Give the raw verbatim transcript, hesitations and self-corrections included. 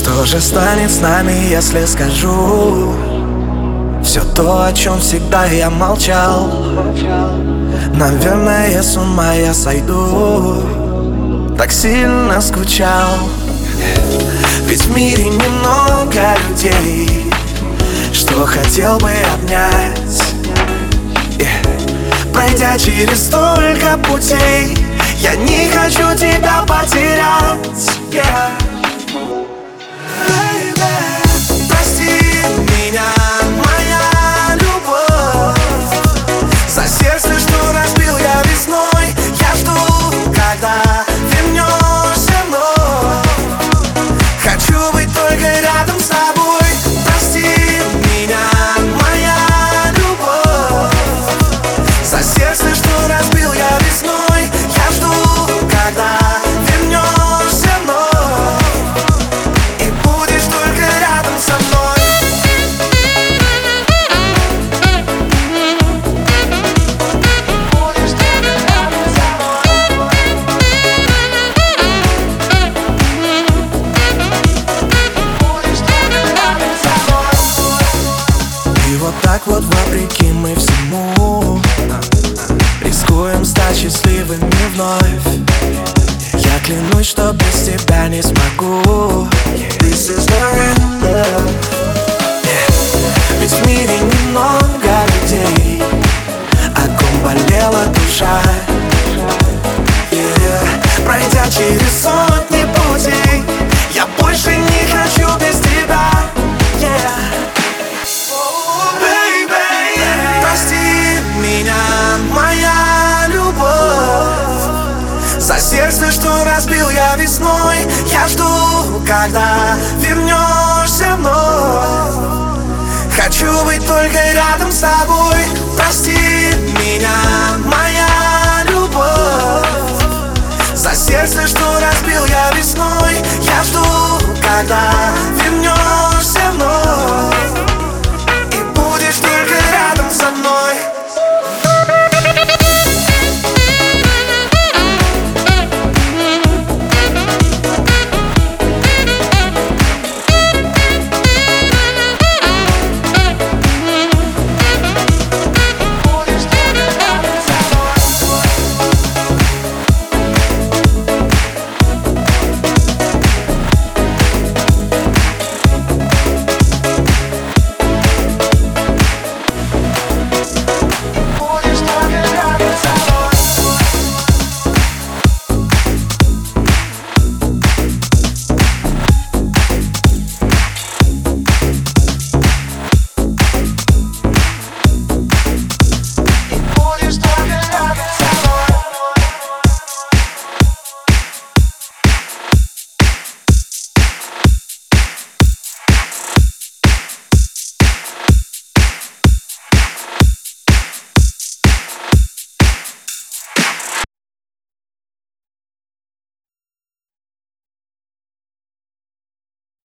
Что же станет с нами, если скажу все то, о чем всегда я молчал? Наверное, с ума я сойду, так сильно скучал. Ведь в мире немного людей, что хотел бы обнять. yeah. Пройдя через столько путей, я не хочу тебя потерять. yeah. Так вот, вопреки мы всему, рискуем стать счастливыми вновь. Я клянусь, что без тебя не смогу. This is the real love. yeah. Ведь в мире немного людей, о ком болела душа. yeah. Пройдя через сотни путей, я больше не хочу без тебя. yeah. За сердце, что разбил я весной, я жду, когда вернешься вновь. Хочу быть только рядом с тобой. Прости меня, моя любовь. За сердце, что разбил я весной, я жду, когда